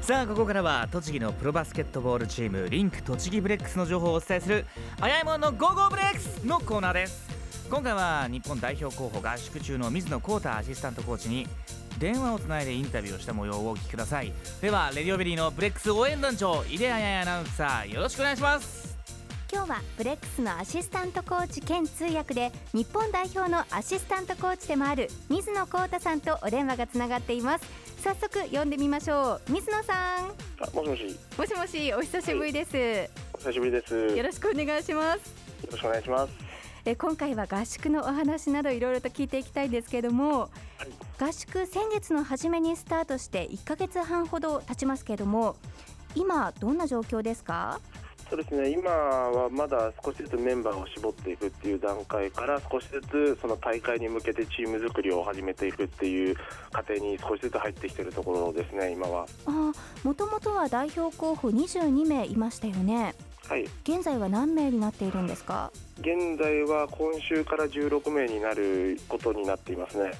さあここからは栃木のプロバスケットボールチームリンク栃木ブレックスの情報をお伝えする早いもののゴーゴーブレックスのコーナーです。今回は日本代表候補合宿中の水野幸太アシスタントコーチに電話をつないでインタビューをした模様をお聞きください。ではレディオベリーのブレックス応援団長井出彩アナウンサー、よろしくお願いします。 今日はブレックスのアシスタントコーチ兼通訳で日本代表のアシスタントコーチでもある水野幸太さんとお電話がつながっています。早速呼んでみましょう。水野さん。 もしもし。 もしもし、お久しぶりです、 お久しぶりです。 よろしくお願いします。 よろしくお願いします。 今回は合宿のお話などいろいろと聞いていきたいんですけれども、合宿先月の初めにスタートして1ヶ月半ほど経ちますけれども、今どんな状況ですか？ そうですね、今はまだ少しずつメンバーを絞っていくっていう段階から少しずつその大会に向けてチーム作りを始めていくっていう過程に少しずつ入ってきているところですね。今はもともとは代表候補22名いましたよね。 はい。現在は何名になっているんですか？ 現在は今週から16名になることになっていますね。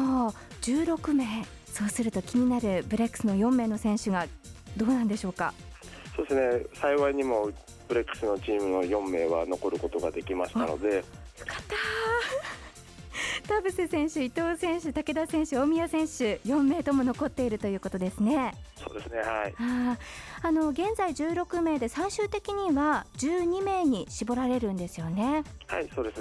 16名。そうすると気になるブレックスの4名の選手がどうなんでしょうか？ そうですね、幸いにもブレックスのチームの4名は残ることができましたので。よかった田臥選手、伊藤選手、武田選手、大宮選手4名とも残っているということですね。 そうですね、はい。 現在16名で最終的には12名に絞られるんですよね。 はい、そうです。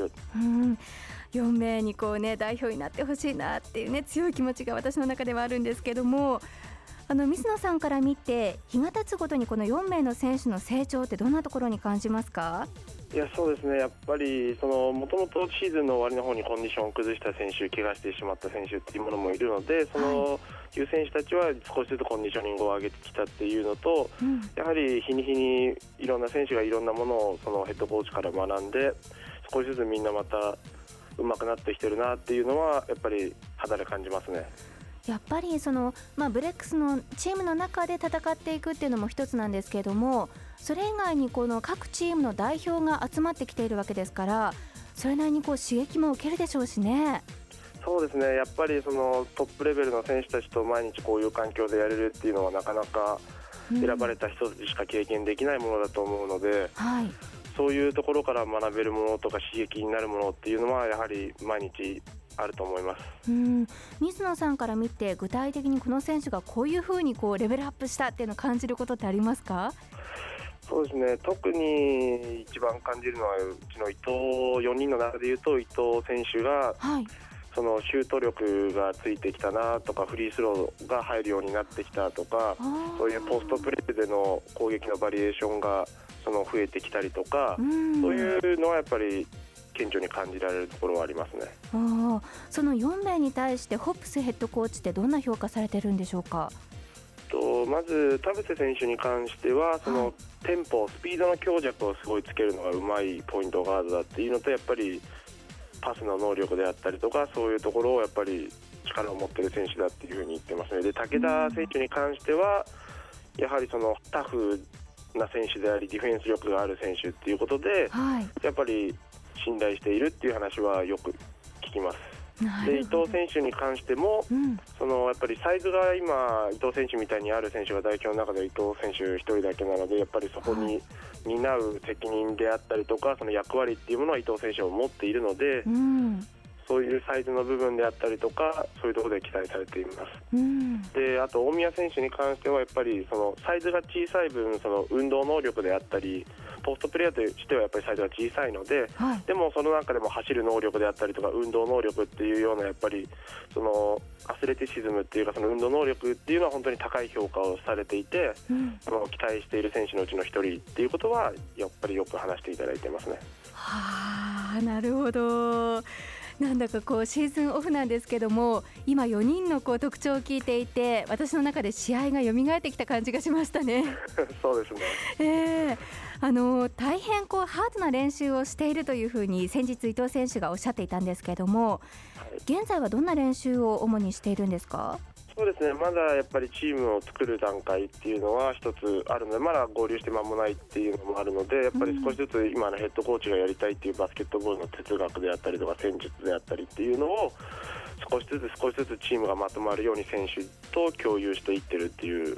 4名に代表になってほしいなっていうね、強い気持ちが私の中ではあるんですけども、水野さんから見て日が経つごとにこの4名の選手の成長ってどんなところに感じますか？ いや、そうですね、やっぱりもともとシーズンの終わりの方にコンディションを崩した選手、怪我してしまった選手っていうものもいるので、いう選手たちは少しずつコンディショニングを上げてきたっていうのと、やはり日に日にいろんな選手がいろんなものをそのヘッドコーチから学んで少しずつみんなまた上手くなってきてるなっていうのはやっぱり肌で感じますね。 やっぱりブレックスのチームの中で戦っていくっていうのも一つなんですけれども、それ以外にこの各チームの代表が集まってきているわけですから、それなりに刺激も受けるでしょうしね。 そうですね、やっぱりトップレベルの選手たちと毎日こういう環境でやれるっていうのはなかなか選ばれた人たちしか経験できないものだと思うので、そういうところから学べるものとか刺激になるものっていうのはやはり毎日あると思います。 水野さんから見て具体的にこの選手がこういうふうにレベルアップしたっていうのを感じることってありますか？ そうですね、特に一番感じるのはうちの伊藤4人の中でいうと伊藤選手が、そのシュート力がついてきたなとか、フリースローが入るようになってきたとか、そういうポストプレーでの攻撃のバリエーションが増えてきたりとか、そういうのはやっぱり顕著に感じられるところはありますね。 その4名に対してホップスヘッドコーチってどんな評価されてるんでしょうか？ まず田臥選手に関してはテンポ、スピードの強弱をすごいつけるのがうまいポイントガードだっていうのと、やっぱりパスの能力であったりとか、そういうところをやっぱり力を持っている選手だっていうふうに言ってますね。で、武田選手に関してはやはりタフな選手でありディフェンス力がある選手っていうことで、やっぱり信頼しているっていう話はよく聞きます。で、伊藤選手に関しても、やっぱりサイズが今伊藤選手みたいにある選手が代表の中で伊藤選手1人だけなので、やっぱりそこに担う責任であったりとか、その役割っていうものは伊藤選手を持っているので、そういうサイズの部分であったりとか、そういうところで期待されています。で、あと大宮選手に関してはやっぱりサイズが小さい分、運動能力であったりポストプレーヤーとしてはやっぱりサイズが小さいので、でもその中でも走る能力であったりとか運動能力っていうような、やっぱりアスレティシズムっていうか運動能力っていうのは本当に高い評価をされていて、期待している選手のうちの一人っていうことはやっぱりよく話していただいてますね。 なるほど。なんだかシーズンオフなんですけども、今4人の特徴を聞いていて、私の中で試合が蘇ってきた感じがしましたね。 そうですね。 大変ハードな練習をしているというふうに先日伊藤選手がおっしゃっていたんですけども、現在はどんな練習を主にしているんですか？ そうですね、まだやっぱりチームを作る段階っていうのは一つあるので、まだ合流して間もないっていうのもあるので、やっぱり少しずつ今のヘッドコーチがやりたいっていうバスケットボールの哲学であったりとか戦術であったりっていうのを少しずつチームがまとまるように選手と共有していってるっていう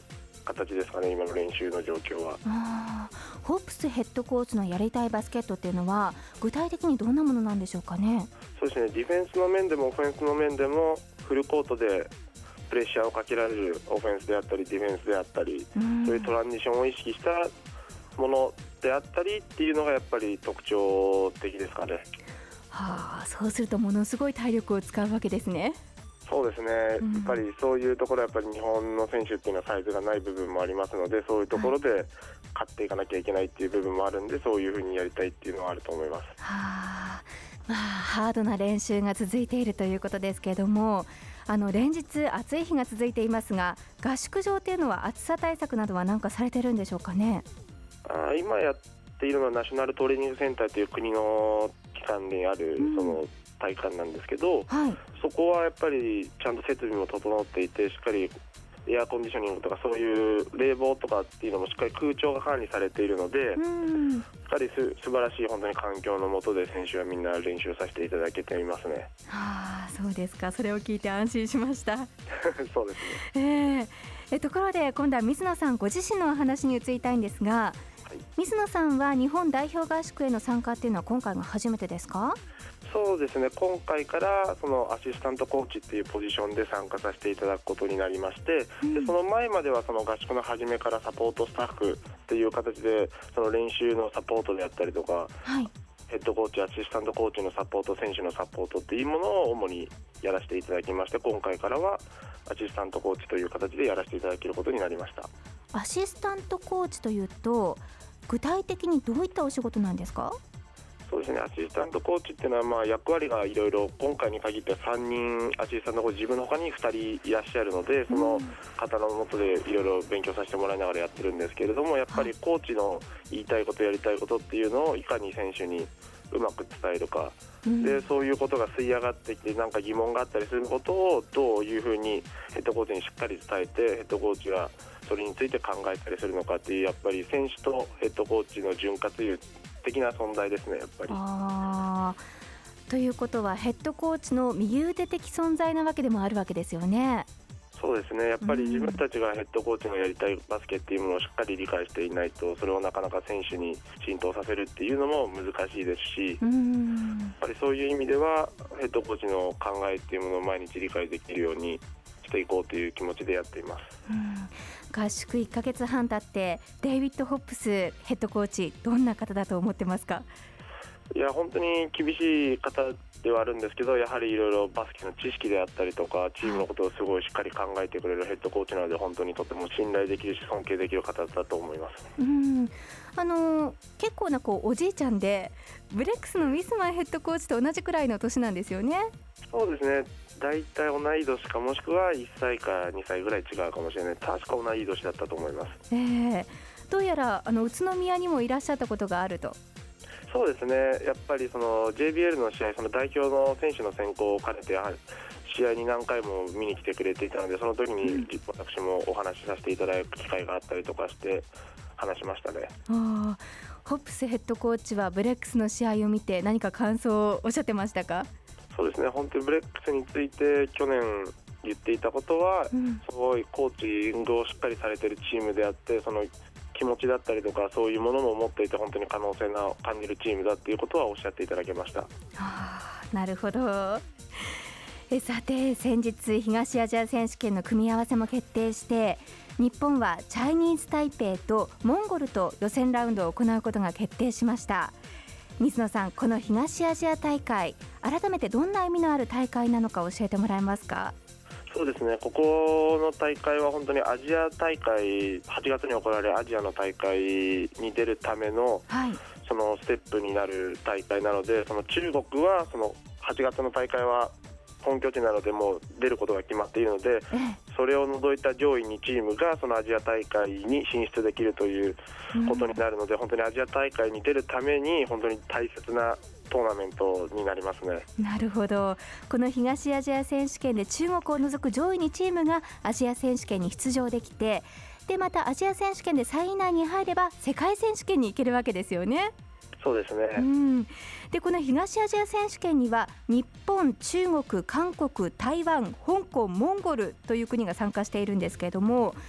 形ですかね、今の練習の状況は。 ホップスヘッドコーチのやりたいバスケットっていうのは具体的にどんなものなんでしょうかね。 そうですね、ディフェンスの面でもオフェンスの面でもフルコートでプレッシャーをかけられるオフェンスであったりディフェンスであったり、そういうトランジションを意識したものであったりっていうのがやっぱり特徴的ですかね。 そうするとものすごい体力を使うわけですね。 そうですね、やっぱりそういうところはやっぱり日本の選手っていうのはサイズがない部分もありますので、そういうところで勝っていかなきゃいけないっていう部分もあるんで、そういうふうにやりたいっていうのはあると思います。 ハードな練習が続いているということですけれども、連日暑い日が続いていますが、合宿場っていうのは暑さ対策などは何かされてるんでしょうかね。 今やっているのはナショナルトレーニングセンターという国の機関にあるその体育館なんですけど、そこはやっぱりちゃんと設備も整っていて、しっかりエアコンディショニングとかそういう冷房とかっていうのもしっかり空調が管理されているので、しっかり素晴らしい本当に環境の下で選手はみんな練習させていただけていますね。 そうですか、それを聞いて安心しましたそうですね。 ところで今度は水野さんご自身のお話に移りたいんですが、水野さんは日本代表合宿への参加っていうのは今回が初めてですか？ そうですね、今回からそのアシスタントコーチっていうポジションで参加させていただくことになりまして、でその前まではその合宿の初めからサポートスタッフっていう形でその練習のサポートであったりとか、ヘッドコーチ、アシスタントコーチのサポート、選手のサポートっていうものを主にやらせていただきまして、今回からはアシスタントコーチという形でやらせていただけることになりました。 アシスタントコーチというと具体的にどういったお仕事なんですか？ そうですね、アシスタントコーチっていうのは役割がいろいろ、今回に限っては3人アシスタントコーチ、自分の他に2人いらっしゃるので、その方の下でいろいろ勉強させてもらいながらやってるんですけれども、やっぱりコーチの言いたいことやりたいことっていうのをいかに選手にうまく伝えるか、でそういうことが吸い上がってきてなんか疑問があったりすることをどういうふうにヘッドコーチにしっかり伝えて、ヘッドコーチがそれについて考えたりするのかっていう、やっぱり選手とヘッドコーチの潤滑油的な存在ですね、やっぱり。 ということはヘッドコーチの右腕的存在なわけでもあるわけですよね。 そうですね、やっぱり自分たちがヘッドコーチのやりたいバスケっていうものをしっかり理解していないと、それをなかなか選手に浸透させるっていうのも難しいですし、やっぱりそういう意味ではヘッドコーチの考えっていうものを毎日理解できるようにしていこうという気持ちでやっています。 合宿1ヶ月半経ってデイビッド・ホップスヘッドコーチ、どんな方だと思ってますか？ いや本当に厳しい方ではあるんですけど、やはりいろいろバスケの知識であったりとかチームのことをすごいしっかり考えてくれるヘッドコーチなので、本当にとても信頼できるし尊敬できる方だと思います。 結構なおじいちゃんで、ブレックスのウィスマンヘッドコーチと同じくらいの年なんですよね。 そうですね、だいたい同い年かもしくは1歳か2歳ぐらい違うかもしれない。確か同い年だったと思います。 どうやら宇都宮にもいらっしゃったことがあると。 そうですね、やっぱりその JBL の試合、その代表の選手の選考を兼ねて試合に何回も見に来てくれていたので、その時に私もお話しさせていただく機会があったりとかして話しましたね。 ホップスヘッドコーチはブレックスの試合を見て何か感想をおっしゃってましたか？ そうですね、本当にブレックスについて去年言っていたことは、すごいコーチングをしっかりされているチームであって、その気持ちだったりとかそういうものも持っていて本当に可能性を感じるチームだっていうことはおっしゃっていただけました。 なるほど。さて先日東アジア選手権の組み合わせも決定して、日本はチャイニーズ台北とモンゴルと予選ラウンドを行うことが決定しました。水野さん、この東アジア大会、改めてどんな意味のある大会なのか教えてもらえますか？ そうですね、ここの大会は本当にアジア大会、8月に行われるアジアの大会に出るための、そのステップになる大会なので、その中国はその8月の大会は本拠地なのでもう出ることが決まっているので、それを除いた上位2チームがそのアジア大会に進出できるということになるので、本当にアジア大会に出るために本当に大切なトーナメントになりますね。 なるほど。この東アジア選手権で中国を除く上位2チームがアジア選手権に出場できて、でまたアジア選手権で3位以内に入れば世界選手権に行けるわけですよね。 そうですね。 でこの東アジア選手権には日本、中国、韓国、台湾、香港、モンゴルという国が参加しているんですけれども、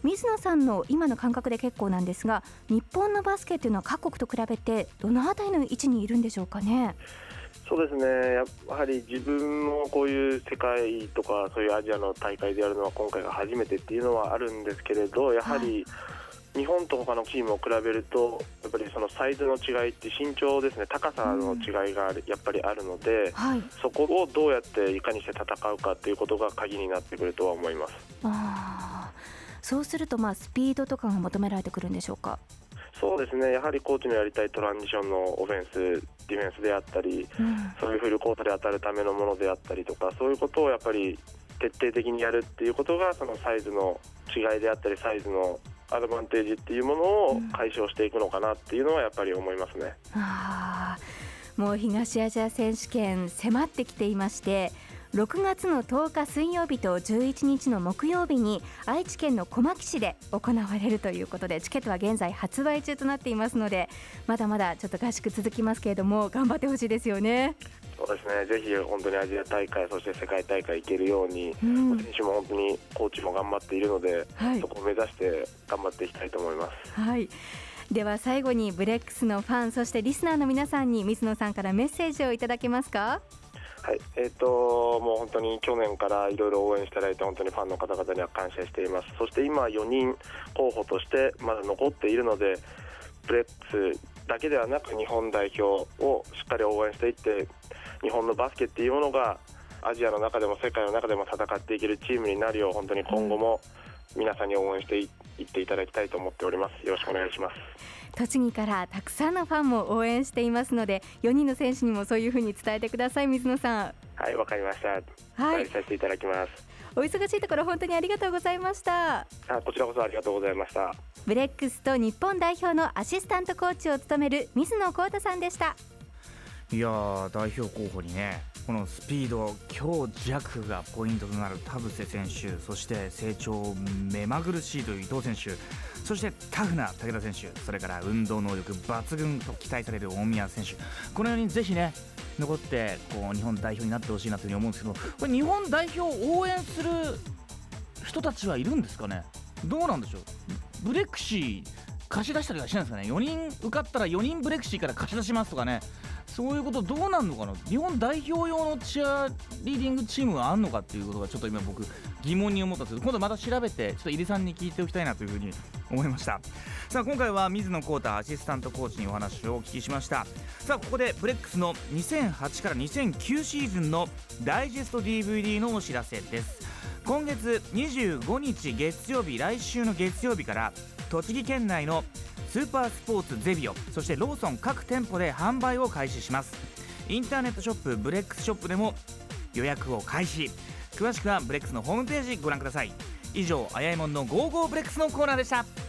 水野さんの今の感覚で結構なんですが、日本のバスケというのは各国と比べてどのあたりの位置にいるんでしょうかね。 そうですね、やはり自分もこういう世界とかそういうアジアの大会でやるのは今回が初めてっていうのはあるんですけれど、やはり日本と他のチームを比べるとやっぱりそのサイズの違いって身長ですね、高さの違いがやっぱりあるので、そこをどうやっていかにして戦うかっていうことが鍵になってくるとは思います。 そうするとスピードとかが求められてくるんでしょうか。 そうですね、やはりコーチのやりたいトランジションのオフェンスディフェンスであったり、そういうフルコートで当たるためのものであったりとか、そういうことをやっぱり徹底的にやるっていうことがそのサイズの違いであったりサイズのアドバンテージっていうものを解消していくのかなっていうのはやっぱり思いますね。 もう東アジア選手権迫ってきていまして、6月の10日水曜日と11日の木曜日に愛知県の小牧市で行われるということで、チケットは現在発売中となっていますので、まだまだちょっと合宿続きますけれども頑張ってほしいですよね。 そうですね、ぜひ本当にアジア大会そして世界大会行けるように、選手も本当にコーチも頑張っているので、そこを目指して頑張っていきたいと思います。 では最後にブレックスのファンそしてリスナーの皆さんに水野さんからメッセージをいただけますか。 もう本当に去年からいろいろ応援していただいて本当にファンの方々には感謝しています。そして今4人候補としてまだ残っているので、ブレックスだけではなく日本代表をしっかり応援していって、日本のバスケっていうものがアジアの中でも世界の中でも戦っていけるチームになるよう、本当に今後も皆さんに応援していっていただきたいと思っております。よろしくお願いします。 栃木からたくさんのファンも応援していますので、4人の選手にもそういうふうに伝えてください。水野さん。 はい、わかりました。伝えさせていただきます。 お忙しいところ本当にありがとうございました。 こちらこそありがとうございました。 ブレックスと日本代表のアシスタントコーチを務める水野幸太さんでした。 いやー、代表候補にね、このスピード強弱がポイントとなる田臥選手、そして成長目まぐるしいという伊藤選手、そしてタフな武田選手、それから運動能力抜群と期待される大宮選手、この4人ぜひね残って日本代表になってほしいなというふうに思うんですけど、これ日本代表を応援する人たちはいるんですかね。どうなんでしょう。ブレクシー貸し出したりはしないんですかね。4人受かったら4人ブレクシーから貸し出しますとかね、そういうことどうなるのかな。日本代表用のチアリーディングチームがあるのかっていうことがちょっと今僕疑問に思ったんですけど、今度また調べてちょっと入江さんに聞いておきたいなというふうに思いました。さあ今回は水野幸太アシスタントコーチにお話をお聞きしました。さあここでブレックスの2008から2009シーズンのダイジェスト DVD のお知らせです。今月25日月曜日、来週の月曜日から栃木県内のスーパースポーツゼビオ、そしてローソン各店舗で販売を開始します。インターネットショップブレックスショップでも予約を開始。詳しくはブレックスのホームページご覧ください。以上、あやいもんのゴーゴーブレックスのコーナーでした。